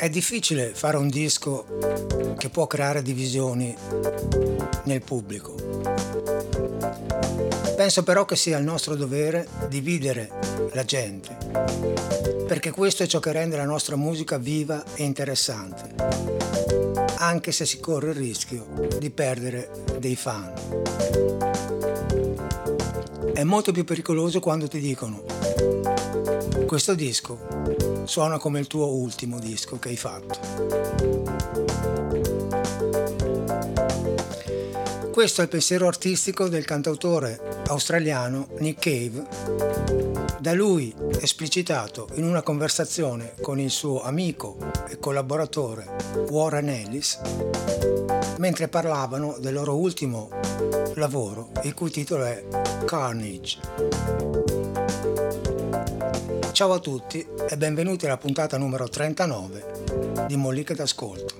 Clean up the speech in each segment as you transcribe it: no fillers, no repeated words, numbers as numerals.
È difficile fare un disco che può creare divisioni nel pubblico. Penso però che sia il nostro dovere dividere la gente, perché questo è ciò che rende la nostra musica viva e interessante, anche se si corre il rischio di perdere dei fan. È molto più pericoloso quando ti dicono: questo disco suona come il tuo ultimo disco che hai fatto. Questo è il pensiero artistico del cantautore australiano Nick Cave, da lui esplicitato in una conversazione con il suo amico e collaboratore Warren Ellis, mentre parlavano del loro ultimo lavoro, il cui titolo è Carnage. Ciao a tutti e benvenuti alla puntata numero 39 di Molliche d'Ascolto.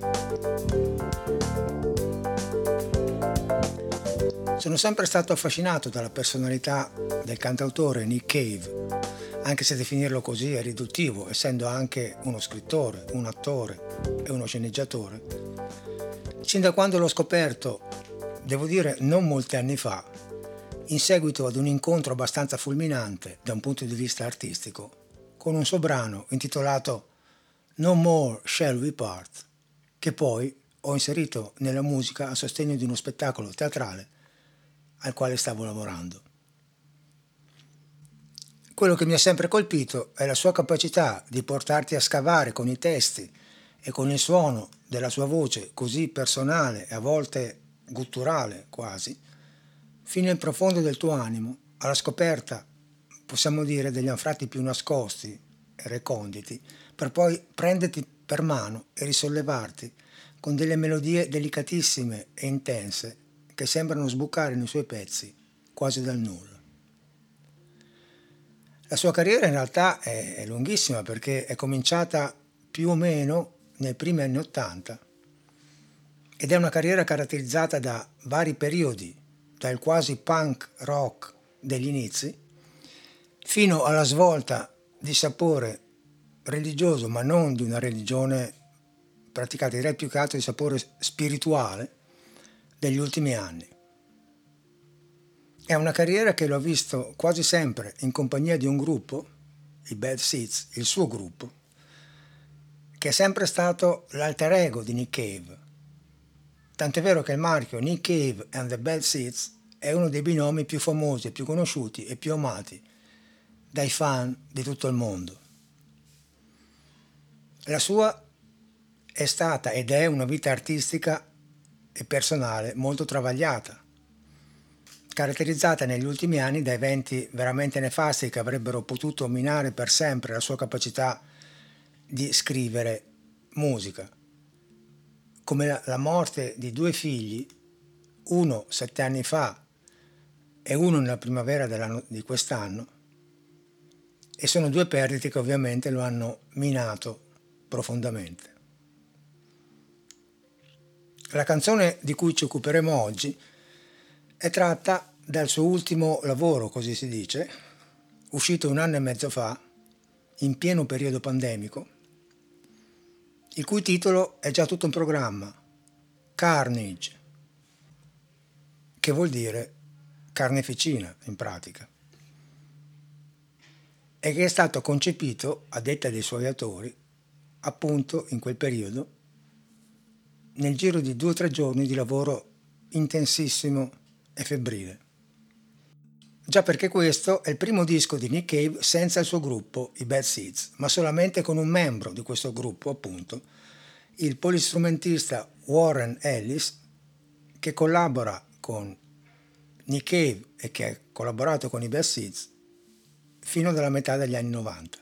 Sono sempre stato affascinato dalla personalità del cantautore Nick Cave, anche se definirlo così è riduttivo, essendo anche uno scrittore, un attore e uno sceneggiatore. Sin da quando l'ho scoperto, devo dire non molti anni fa, in seguito ad un incontro abbastanza fulminante da un punto di vista artistico, con un suo brano intitolato No More Shall We Part, che poi ho inserito nella musica a sostegno di uno spettacolo teatrale al quale stavo lavorando. Quello che mi ha sempre colpito è la sua capacità di portarti a scavare con i testi e con il suono della sua voce così personale e a volte gutturale quasi, fino in profondo del tuo animo, alla scoperta, possiamo dire, degli anfratti più nascosti e reconditi, per poi prenderti per mano e risollevarti con delle melodie delicatissime e intense che sembrano sbucare nei suoi pezzi quasi dal nulla. La sua carriera in realtà è lunghissima, perché è cominciata più o meno nei primi anni '80 ed è una carriera caratterizzata da vari periodi, dal quasi punk rock degli inizi fino alla svolta di sapore religioso, ma non di una religione praticata, direi più che altro di sapore spirituale, degli ultimi anni. È una carriera che l'ho visto quasi sempre in compagnia di un gruppo, i Bad Seeds, il suo gruppo, che è sempre stato l'alter ego di Nick Cave. Tant'è vero che il marchio Nick Cave and the Bad Seeds è uno dei binomi più famosi, più conosciuti e più amati dai fan di tutto il mondo. La sua è stata ed è una vita artistica e personale molto travagliata, caratterizzata negli ultimi anni da eventi veramente nefasti che avrebbero potuto minare per sempre la sua capacità di scrivere musica, come la morte di 2 figli, uno 7 anni fa e uno nella primavera di quest'anno, e sono 2 perdite che ovviamente lo hanno minato profondamente. La canzone di cui ci occuperemo oggi è tratta dal suo ultimo lavoro, così si dice, uscito 1 anno e mezzo fa, in pieno periodo pandemico, il cui titolo è già tutto un programma, Carnage, che vuol dire carneficina in pratica, e che è stato concepito, a detta dei suoi autori, appunto in quel periodo, nel giro di 2 o 3 giorni di lavoro intensissimo e febbrile. Già perché questo è il primo disco di Nick Cave senza il suo gruppo, i Bad Seeds, ma solamente con un membro di questo gruppo, appunto, il polistrumentista Warren Ellis, che collabora con Nick Cave e che ha collaborato con i Bad Seeds fino alla metà degli anni 90.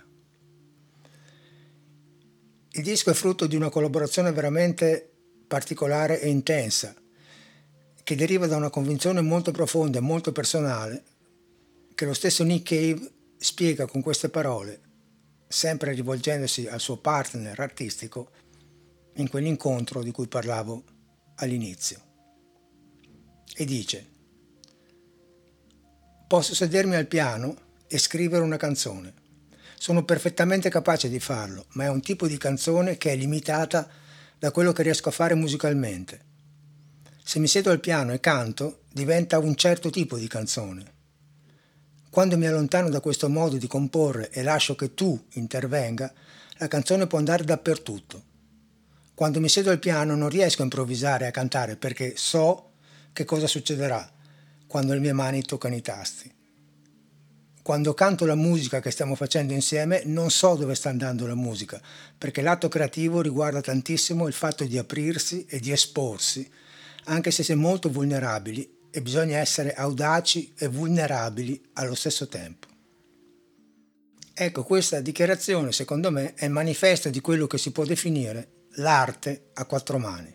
Il disco è frutto di una collaborazione veramente particolare e intensa, che deriva da una convinzione molto profonda e molto personale, che lo stesso Nick Cave spiega con queste parole, sempre rivolgendosi al suo partner artistico in quell'incontro di cui parlavo all'inizio. E dice: posso sedermi al piano e scrivere una canzone, Sono perfettamente capace di farlo, ma è un tipo di canzone che è limitata da quello che riesco a fare musicalmente. Se mi siedo al piano e canto, diventa un certo tipo di canzone. Quando mi allontano da questo modo di comporre e lascio che tu intervenga, la canzone può andare dappertutto. Quando mi siedo al piano non riesco a improvvisare e a cantare perché so che cosa succederà quando le mie mani toccano i tasti. Quando canto la musica che stiamo facendo insieme non so dove sta andando la musica, perché l'atto creativo riguarda tantissimo il fatto di aprirsi e di esporsi, anche se si è molto vulnerabili e bisogna essere audaci e vulnerabili allo stesso tempo. Ecco, questa dichiarazione secondo me è il manifesto di quello che si può definire l'arte a quattro mani.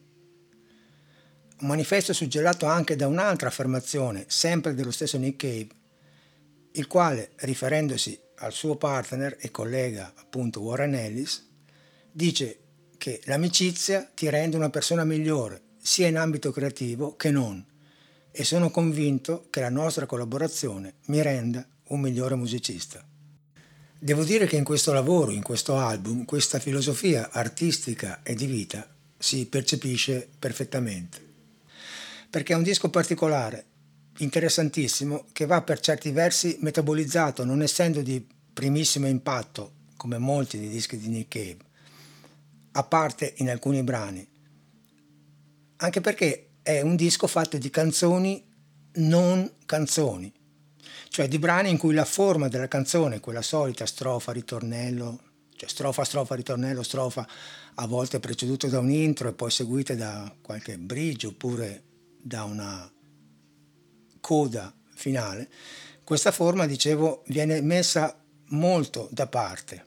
Un manifesto suggellato anche da un'altra affermazione, sempre dello stesso Nick Cave, il quale, riferendosi al suo partner e collega appunto Warren Ellis, dice che l'amicizia ti rende una persona migliore, sia in ambito creativo che non, e sono convinto che la nostra collaborazione mi renda un migliore musicista. Devo dire che in questo lavoro, in questo album, questa filosofia artistica e di vita si percepisce perfettamente, perché è un disco particolare, interessantissimo, che va per certi versi metabolizzato, non essendo di primissimo impatto, come molti dei dischi di Nick Cave, a parte in alcuni brani, anche perché è un disco fatto di canzoni non canzoni, cioè di brani in cui la forma della canzone, quella solita strofa, ritornello, cioè strofa, strofa, ritornello, strofa, a volte preceduto da un intro e poi seguite da qualche bridge oppure da una coda finale, questa forma, dicevo, viene messa molto da parte,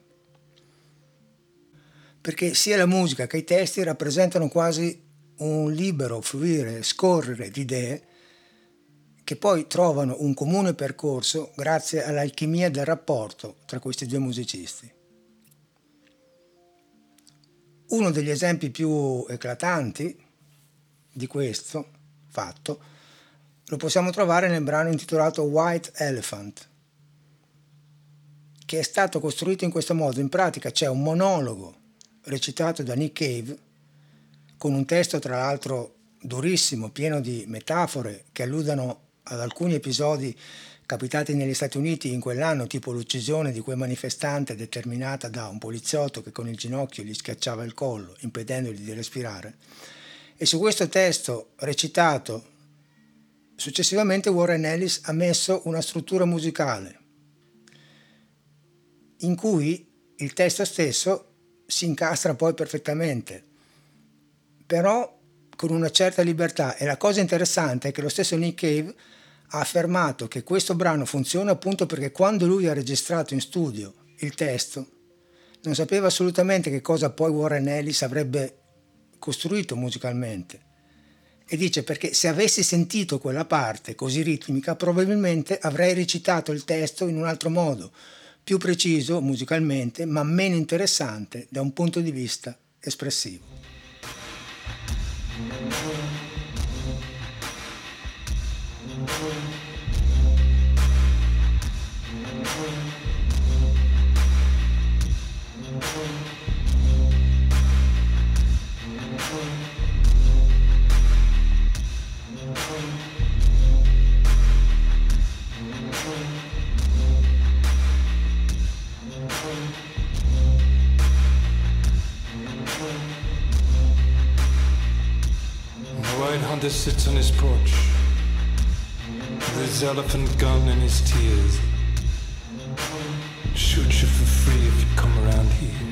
perché sia la musica che i testi rappresentano quasi un libero fluire, scorrere di idee che poi trovano un comune percorso grazie all'alchimia del rapporto tra questi due musicisti. Uno degli esempi più eclatanti di questo fatto lo possiamo trovare nel brano intitolato White Elephant, che è stato costruito in questo modo. In pratica c'è un monologo recitato da Nick Cave, con un testo tra l'altro durissimo, pieno di metafore che alludono ad alcuni episodi capitati negli Stati Uniti in quell'anno, tipo l'uccisione di quel manifestante determinata da un poliziotto che con il ginocchio gli schiacciava il collo, impedendogli di respirare. E su questo testo recitato successivamente Warren Ellis ha messo una struttura musicale in cui il testo stesso si incastra poi perfettamente, però con una certa libertà. E la cosa interessante è che lo stesso Nick Cave ha affermato che questo brano funziona appunto perché quando lui ha registrato in studio il testo non sapeva assolutamente che cosa poi Warren Ellis avrebbe costruito musicalmente. E dice perché se avessi sentito quella parte così ritmica probabilmente avrei recitato il testo in un altro modo, più preciso musicalmente ma meno interessante da un punto di vista espressivo. Hunter sits on his porch with his elephant gun and his tears. Shoot you for free if you come around here.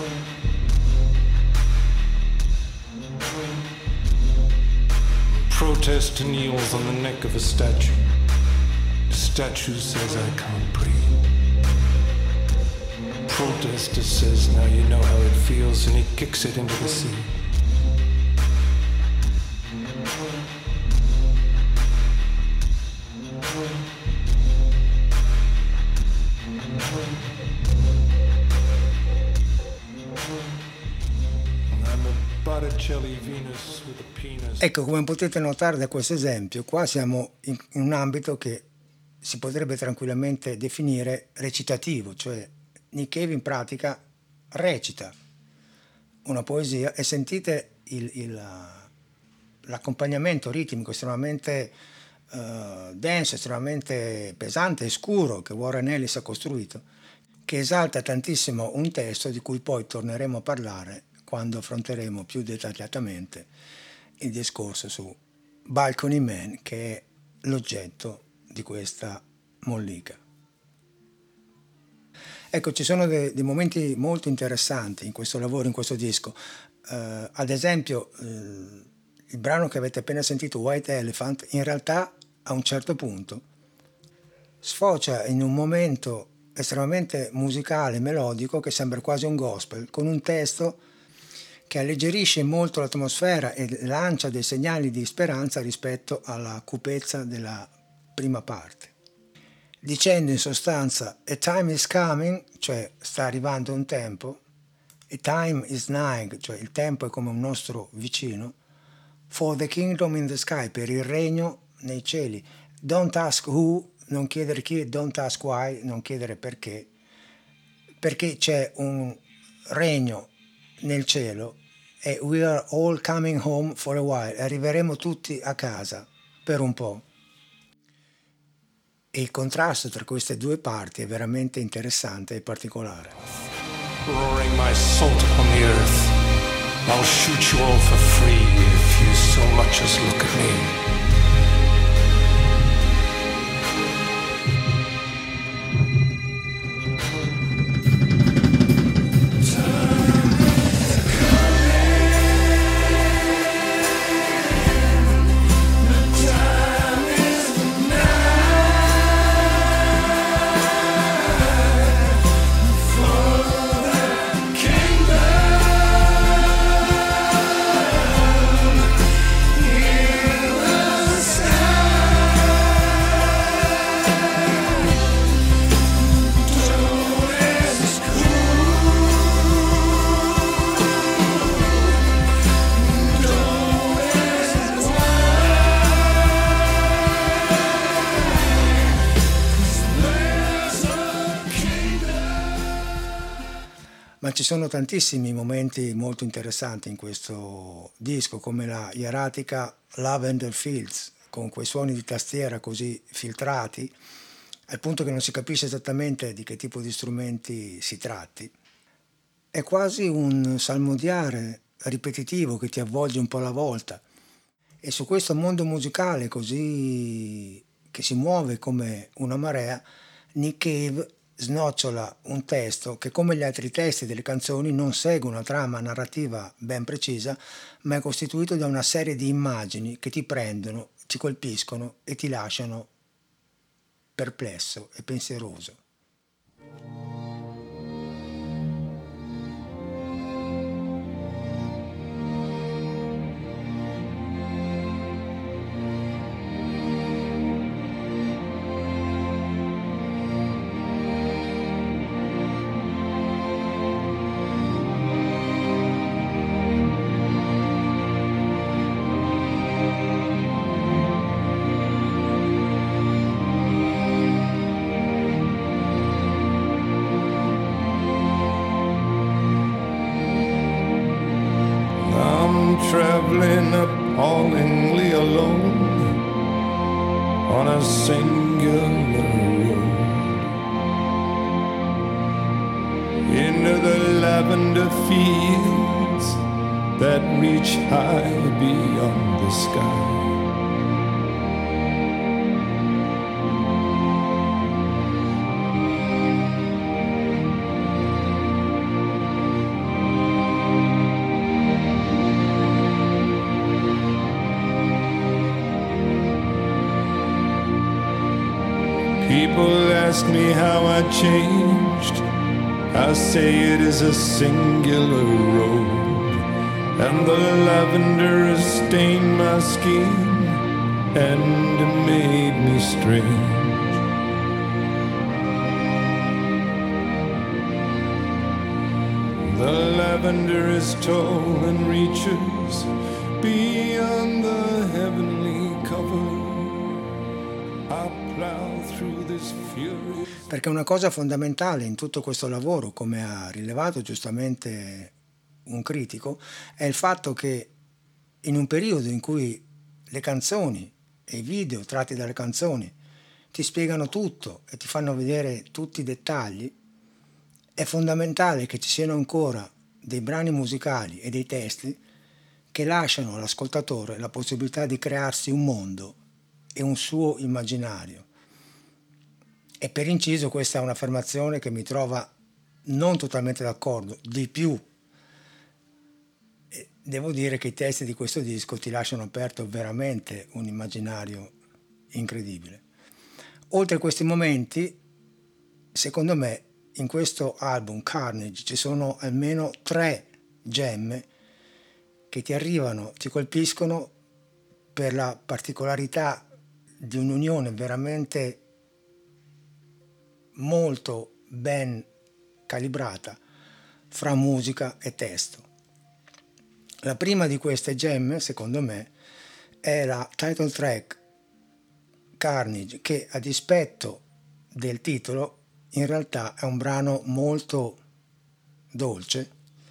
Protest kneels on the neck of a statue. The statue says, I can't breathe. Protester says, now you know how it feels, and he kicks it into the sea. Ecco, come potete notare da questo esempio, qua siamo in un ambito che si potrebbe tranquillamente definire recitativo, cioè Nick Cave in pratica recita una poesia e sentite l'accompagnamento ritmico estremamente denso, estremamente pesante e scuro che Warren Ellis ha costruito, che esalta tantissimo un testo di cui poi torneremo a parlare quando affronteremo più dettagliatamente il discorso su Balcony Man, che è l'oggetto di questa mollica. Ecco, ci sono dei momenti molto interessanti in questo lavoro, in questo disco. Ad esempio, il brano che avete appena sentito, White Elephant, in realtà a un certo punto sfocia in un momento estremamente musicale, melodico, che sembra quasi un gospel, con un testo che alleggerisce molto l'atmosfera e lancia dei segnali di speranza rispetto alla cupezza della prima parte, dicendo in sostanza a time is coming, cioè sta arrivando un tempo, a time is nigh, cioè il tempo è come un nostro vicino, for the kingdom in the sky, per il regno nei cieli, don't ask who, non chiedere chi, don't ask why, non chiedere perché c'è un regno nel cielo e we are all coming home for a while, arriveremo tutti a casa per un po'. E il contrasto tra queste due parti è veramente interessante e particolare. Roaring my salt upon the earth, I'll shoot you all for free if you so much as look at me. Ma ci sono tantissimi momenti molto interessanti in questo disco, come la ieratica Lavender Fields, con quei suoni di tastiera così filtrati, al punto che non si capisce esattamente di che tipo di strumenti si tratti. È quasi un salmodiare ripetitivo che ti avvolge un po' alla volta. E su questo mondo musicale così che si muove come una marea, Nick Cave snocciola un testo che, come gli altri testi delle canzoni, non segue una trama narrativa ben precisa, ma è costituito da una serie di immagini che ti prendono, ti colpiscono e ti lasciano perplesso e pensieroso. Traveling appallingly alone on a singular road into the lavender fields that reach high beyond the sky. People ask me how I changed. I say it is a singular road, and the lavender has stained my skin and made me strange. The lavender is tall and reaches beyond the heavenly cover. I plow through this fury. perché una cosa fondamentale in tutto questo lavoro, come ha rilevato giustamente un critico, è il fatto che in un periodo in cui le canzoni e i video tratti dalle canzoni ti spiegano tutto e ti fanno vedere tutti i dettagli, è fondamentale che ci siano ancora dei brani musicali e dei testi che lasciano all'ascoltatore la possibilità di crearsi un mondo e un suo immaginario. E per inciso questa è un'affermazione che mi trova non totalmente d'accordo, di più. Devo dire che i testi di questo disco ti lasciano aperto veramente un immaginario incredibile. Oltre a questi momenti, secondo me, in questo album Carnage ci sono almeno 3 gemme che ti arrivano, ti colpiscono per la particolarità di un'unione veramente molto ben calibrata fra musica e testo. La prima di queste gemme, secondo me, è la title track Carnage, che a dispetto del titolo in realtà è un brano molto dolce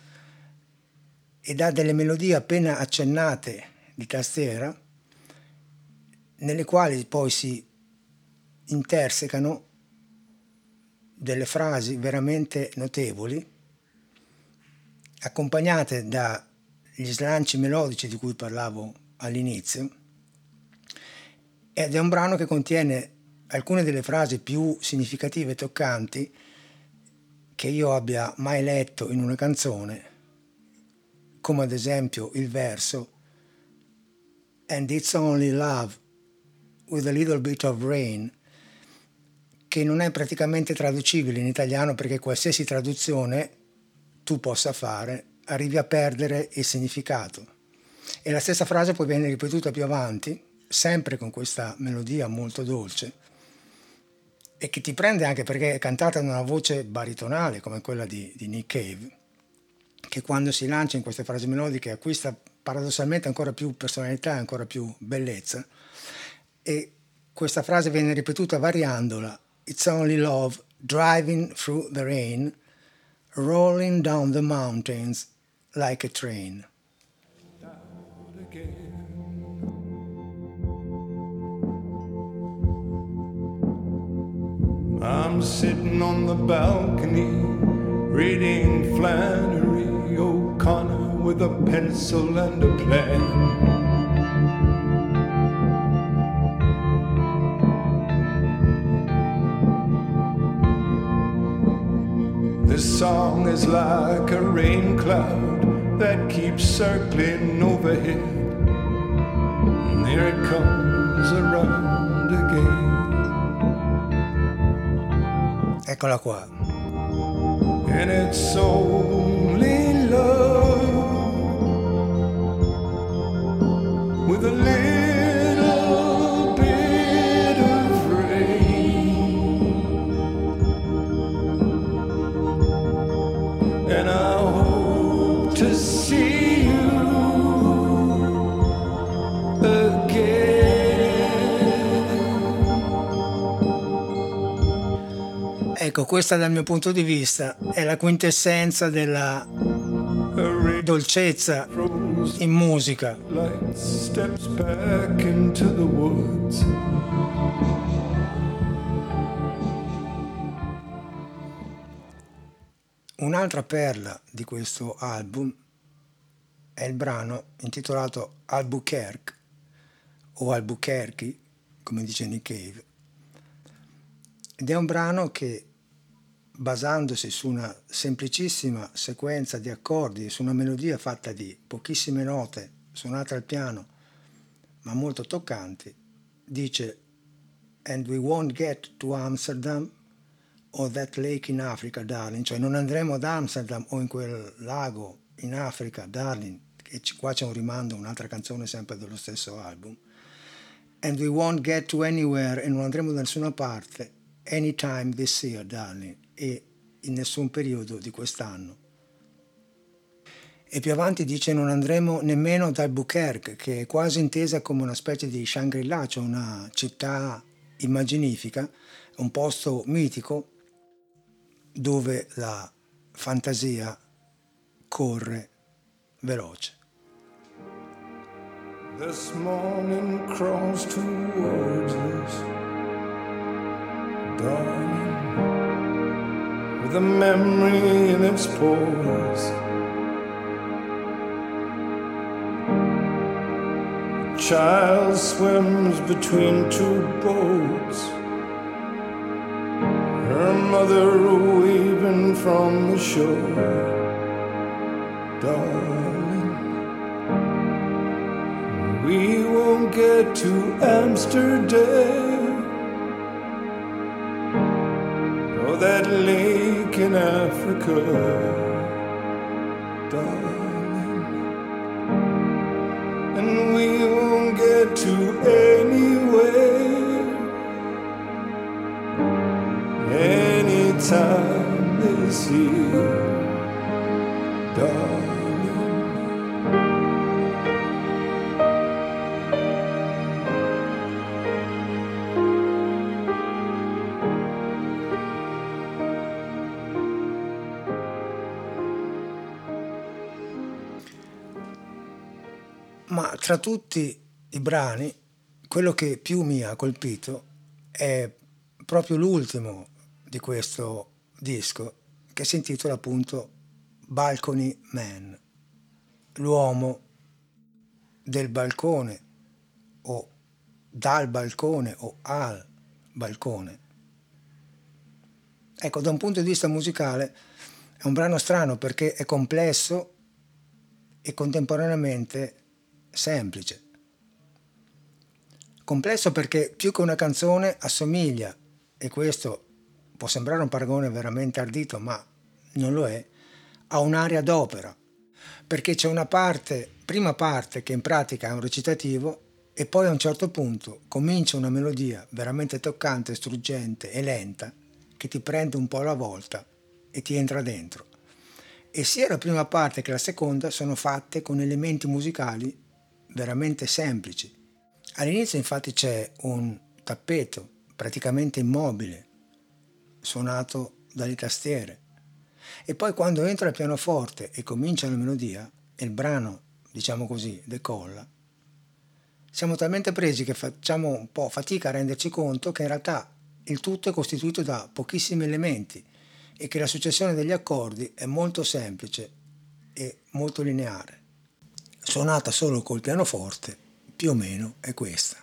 ed ha delle melodie appena accennate di tastiera, nelle quali poi si intersecano delle frasi veramente notevoli, accompagnate dagli slanci melodici di cui parlavo all'inizio, ed è un brano che contiene alcune delle frasi più significative e toccanti che io abbia mai letto in una canzone, come ad esempio il verso "And it's only love with a little bit of rain", che non è praticamente traducibile in italiano perché qualsiasi traduzione tu possa fare arrivi a perdere il significato. E la stessa frase poi viene ripetuta più avanti, sempre con questa melodia molto dolce, e che ti prende anche perché è cantata da una voce baritonale come quella di Nick Cave, che quando si lancia in queste frasi melodiche acquista paradossalmente ancora più personalità, ancora più bellezza. E questa frase viene ripetuta variandola: "It's only love driving through the rain, rolling down the mountains like a train". I'm sitting on the balcony reading Flannery O'Connor with a pencil and a plan. This song is like a rain cloud that keeps circling overhead, and there it comes around again. Eccola qua. And it's only love with a little bit of rain, and I hope to see you again. Ecco, questa dal mio punto di vista è la quintessenza della dolcezza in musica. Light steps back into the woods. Un'altra perla di questo album è il brano intitolato Albuquerque o Albuquerque, come dice Nick Cave, ed è un brano che, basandosi su una semplicissima sequenza di accordi e su una melodia fatta di pochissime note suonate al piano ma molto toccanti, dice "And we won't get to Amsterdam or that lake in Africa, darling", cioè non andremo ad Amsterdam o in quel lago in Africa, darling, e qua c'è un rimando a un'altra canzone sempre dello stesso album. "And we won't get to anywhere", e non andremo da nessuna parte, "anytime this year, darling", e in nessun periodo di quest'anno. E più avanti dice "non andremo nemmeno ad Albuquerque", che è quasi intesa come una specie di Shangri-La, cioè una città immaginifica, un posto mitico dove la fantasia corre veloce. This morning crawls towards us, darling, with a memory in its pores. A child swims between two boats, her mother waving from the shore, darling. We won't get to Amsterdam or that lake in Africa, darling. And we won't get to anywhere anytime this year, darling. Ma tra tutti i brani, quello che più mi ha colpito è proprio l'ultimo di questo disco, che si intitola appunto Balcony Man, l'uomo del balcone o dal balcone o al balcone. Ecco, da un punto di vista musicale è un brano strano perché è complesso e contemporaneamente semplice. Complesso perché più che una canzone assomiglia, e questo può sembrare un paragone veramente ardito, ma non lo è, a un'aria d'opera, perché c'è una prima parte che in pratica è un recitativo e poi a un certo punto comincia una melodia veramente toccante, struggente e lenta che ti prende un po' alla volta e ti entra dentro. E sia la prima parte che la seconda sono fatte con elementi musicali veramente semplici. All'inizio infatti c'è un tappeto praticamente immobile suonato dalle tastiere e poi quando entra il pianoforte e comincia la melodia e il brano, diciamo così, decolla, siamo talmente presi che facciamo un po' fatica a renderci conto che in realtà il tutto è costituito da pochissimi elementi e che la successione degli accordi è molto semplice e molto lineare. Suonata solo col pianoforte, più o meno è questa.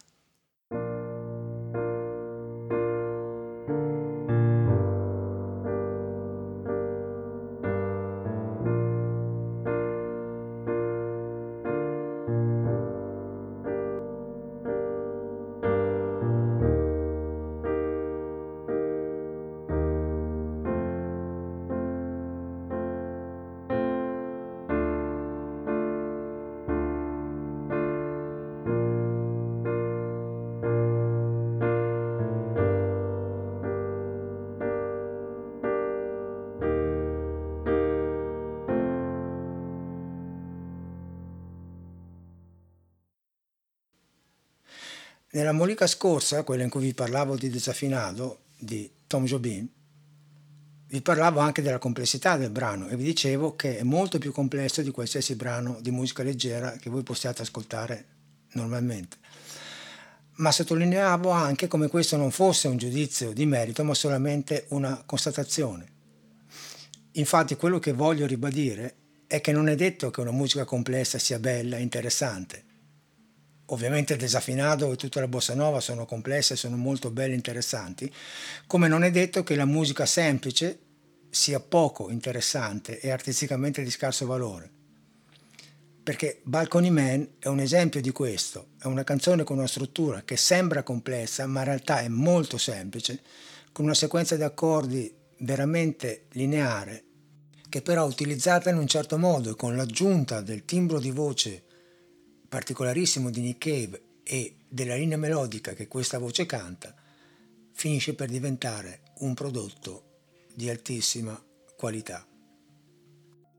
Nella molica scorsa, quella in cui vi parlavo di Desafinato, di Tom Jobim, vi parlavo anche della complessità del brano e vi dicevo che è molto più complesso di qualsiasi brano di musica leggera che voi possiate ascoltare normalmente. Ma sottolineavo anche come questo non fosse un giudizio di merito, ma solamente una constatazione. Infatti quello che voglio ribadire è che non è detto che una musica complessa sia bella e interessante. Ovviamente il Desafinato e tutta la bossa nova sono complesse, sono molto belle e interessanti, come non è detto che la musica semplice sia poco interessante e artisticamente di scarso valore. Perché Balcony Man è un esempio di questo, è una canzone con una struttura che sembra complessa, ma in realtà è molto semplice, con una sequenza di accordi veramente lineare, che però utilizzata in un certo modo e con l'aggiunta del timbro di voce particolarissimo di Nick Cave e della linea melodica che questa voce canta, finisce per diventare un prodotto di altissima qualità.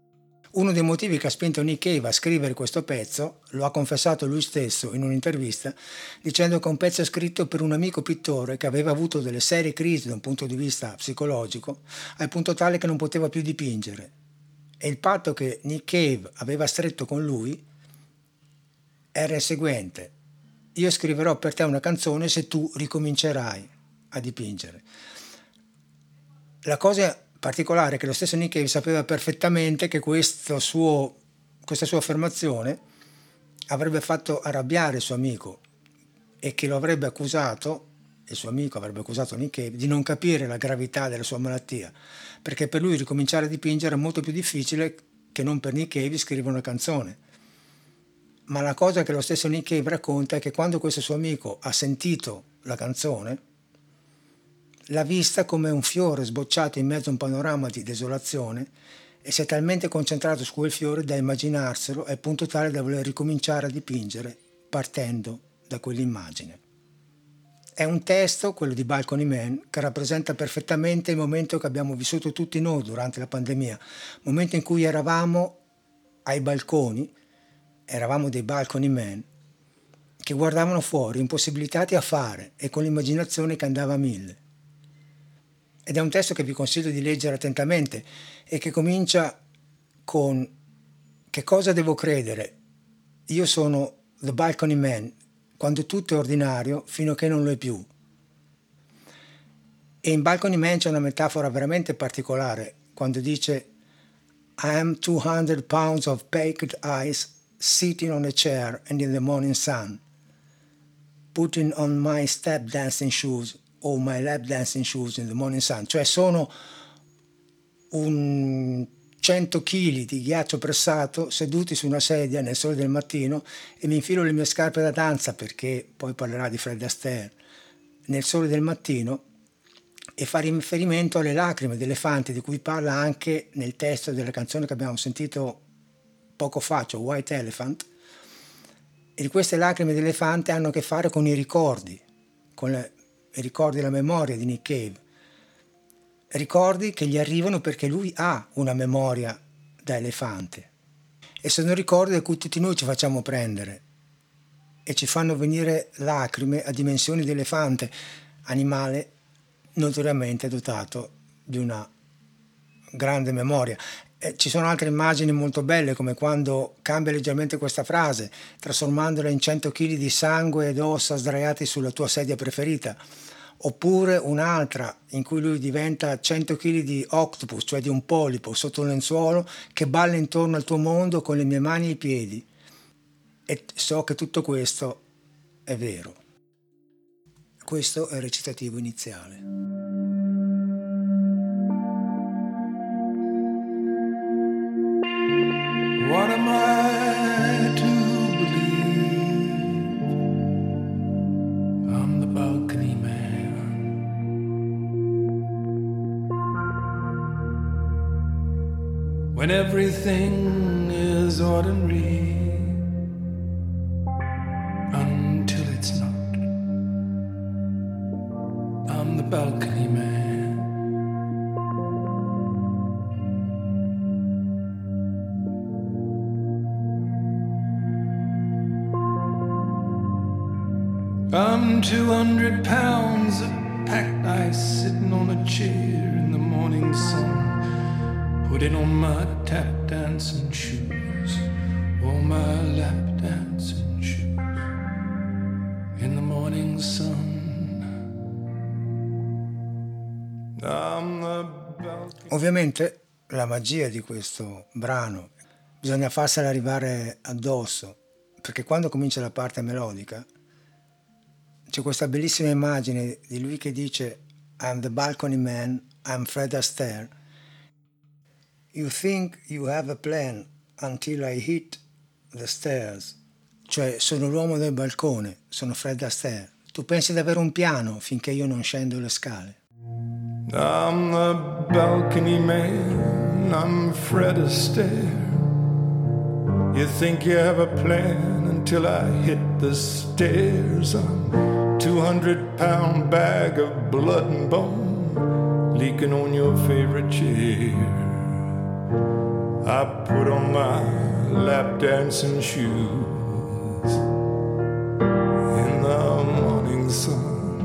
Uno dei motivi che ha spinto Nick Cave a scrivere questo pezzo lo ha confessato lui stesso in un'intervista, dicendo che è un pezzo scritto per un amico pittore che aveva avuto delle serie crisi da un punto di vista psicologico, al punto tale che non poteva più dipingere. E il patto che Nick Cave aveva stretto con lui era il seguente: io scriverò per te una canzone se tu ricomincerai a dipingere. La cosa particolare è che lo stesso Nick Cave sapeva perfettamente che questa sua affermazione avrebbe fatto arrabbiare il suo amico e che lo avrebbe accusato, il suo amico avrebbe accusato Nick Cave di non capire la gravità della sua malattia, perché per lui ricominciare a dipingere è molto più difficile che non per Nick Cave scrivere una canzone. Ma la cosa che lo stesso Nick Cave racconta è che quando questo suo amico ha sentito la canzone, l'ha vista come un fiore sbocciato in mezzo a un panorama di desolazione e si è talmente concentrato su quel fiore da immaginarselo al punto tale da voler ricominciare a dipingere partendo da quell'immagine. È un testo, quello di Balcony Man, che rappresenta perfettamente il momento che abbiamo vissuto tutti noi durante la pandemia, momento in cui eravamo ai balconi, eravamo dei Balcony Man che guardavano fuori, impossibilitati a fare e con l'immaginazione che andava a mille. Ed è un testo che vi consiglio di leggere attentamente e che comincia con: che cosa devo credere? Io sono The Balcony Man, quando tutto è ordinario fino a che non lo è più. E in Balcony Man c'è una metafora veramente particolare, quando dice I am 200 pounds of baked ice sitting on a chair and in the morning sun, putting on my step dancing shoes o my lap dancing shoes in the morning sun, cioè sono 100 kg di ghiaccio pressato seduti su una sedia nel sole del mattino e mi infilo le mie scarpe da danza, perché poi parlerà di Fred Astaire, nel sole del mattino, e fa riferimento alle lacrime d'elefante di cui parla anche nel testo della canzone che abbiamo sentito poco fa, cioè White Elephant. E di queste lacrime d'elefante hanno a che fare con i ricordi, i ricordi della memoria di Nick Cave, ricordi che gli arrivano perché lui ha una memoria da elefante e sono ricordi da cui tutti noi ci facciamo prendere e ci fanno venire lacrime a dimensioni di elefante, animale notoriamente dotato di una grande memoria. Ci sono altre immagini molto belle, come quando cambia leggermente questa frase, trasformandola in 100 kg di sangue ed ossa sdraiati sulla tua sedia preferita, oppure un'altra in cui lui diventa 100 kg di octopus, cioè di un polipo sotto un lenzuolo che balla intorno al tuo mondo con le mie mani e i piedi. E so che tutto questo è vero. Questo è il recitativo iniziale. What am I to believe? I'm the balcony man. When everything is ordinary until it's not. I'm the balcony man. I'm 200 pounds of packed ice sitting on a chair in the morning sun, putting on my tap dancing shoes, or my lap dancing shoes, in the morning sun. Ovviamente la magia di questo brano bisogna farsela arrivare addosso, perché quando comincia la parte melodica c'è questa bellissima immagine di lui che dice I'm the balcony man, I'm Fred Astaire. You think you have a plan until I hit the stairs. Cioè sono l'uomo del balcone, sono Fred Astaire. Tu pensi di avere un piano finché io non scendo le scale. I'm the balcony man, I'm Fred Astaire. You think you have a plan until I hit the stairs. I'm 200-pound bag of blood and bone leaking on your favorite chair I put on my lap dancing shoes in the morning sun.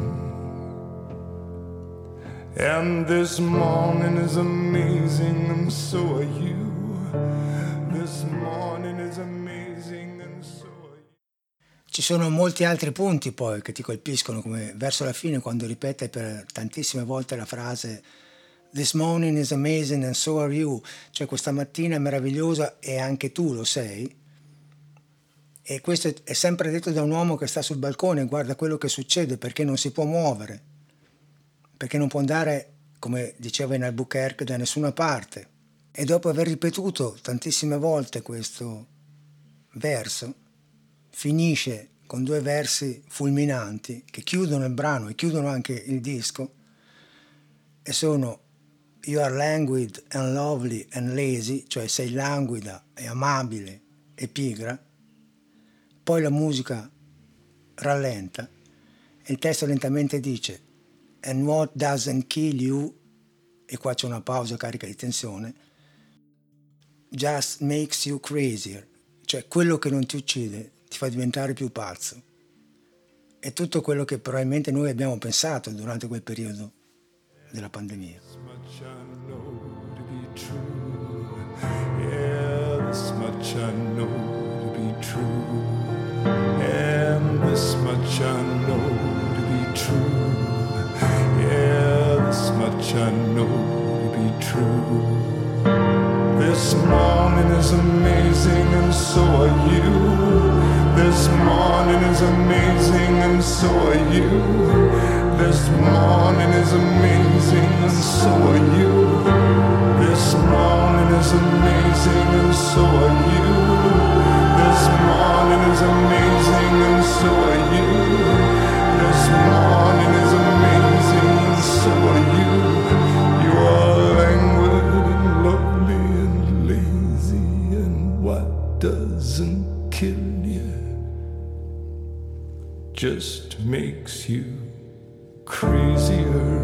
And this morning is amazing and so are you. This morning is amazing and so are you. Ci sono molti altri punti poi che ti colpiscono, come verso la fine quando ripete per tantissime volte la frase This morning is amazing and so are you, cioè questa mattina è meravigliosa e anche tu lo sei. E questo è sempre detto da un uomo che sta sul balcone e guarda quello che succede, perché non si può muovere, perché non può andare, come diceva in Albuquerque, da nessuna parte. E dopo aver ripetuto tantissime volte questo verso, finisce con due versi fulminanti che chiudono il brano e chiudono anche il disco, e sono You are languid and lovely and lazy, cioè sei languida e amabile e pigra. Poi la musica rallenta e il testo lentamente dice And what doesn't kill you, e qua c'è una pausa carica di tensione, just makes you crazier, cioè quello che non ti uccide ti fa diventare più pazzo. È tutto quello che probabilmente noi abbiamo pensato durante quel periodo della pandemia. This much I know to be true. Yeah, this much I know to be true. And this much I know to be true. Yeah, this much I know to be true. This morning is amazing and so are you. This morning is amazing and so are you. This morning is amazing and so are you. This morning is amazing and so are you. This morning is amazing and so are you. This morning is amazing and so are you. You are languid and lovely and lazy, and what doesn't kill you just makes you crazier.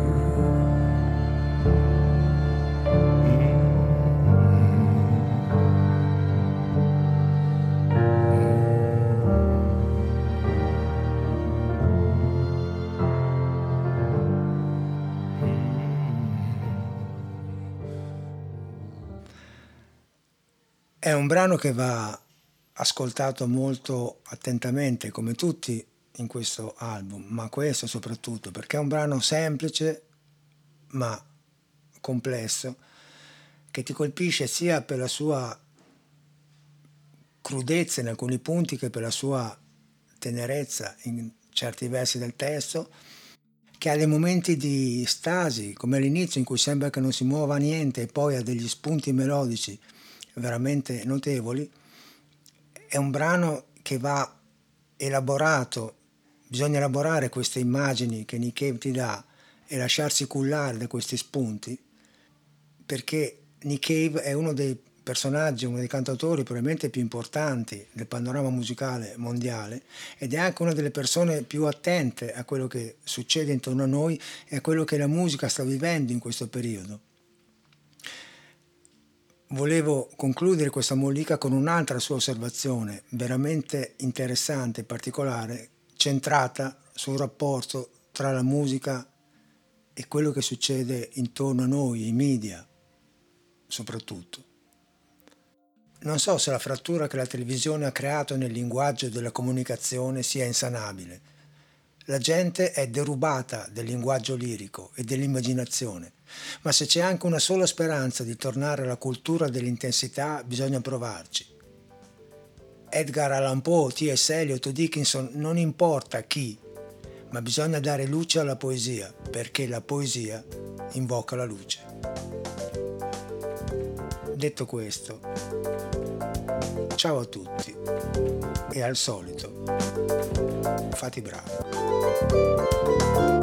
È un brano che va ascoltato molto attentamente, come tutti in questo album, ma questo soprattutto perché è un brano semplice ma complesso, che ti colpisce sia per la sua crudezza in alcuni punti che per la sua tenerezza in certi versi del testo, che ha dei momenti di stasi come all'inizio in cui sembra che non si muova niente e poi ha degli spunti melodici veramente notevoli. È un brano che va elaborato. Bisogna elaborare queste immagini che Nick Cave ti dà e lasciarsi cullare da questi spunti, perché Nick Cave è uno dei personaggi, uno dei cantautori probabilmente più importanti del panorama musicale mondiale, ed è anche una delle persone più attente a quello che succede intorno a noi e a quello che la musica sta vivendo in questo periodo. Volevo concludere questa mollica con un'altra sua osservazione veramente interessante e particolare, centrata sul rapporto tra la musica e quello che succede intorno a noi, i media soprattutto. Non so se la frattura che la televisione ha creato nel linguaggio della comunicazione sia insanabile. La gente è derubata del linguaggio lirico e dell'immaginazione, ma se c'è anche una sola speranza di tornare alla cultura dell'intensità, bisogna provarci. Edgar Allan Poe, T.S. Eliot o Dickinson, non importa chi, ma bisogna dare luce alla poesia, perché la poesia invoca la luce. Detto questo, ciao a tutti e al solito, fate i bravi.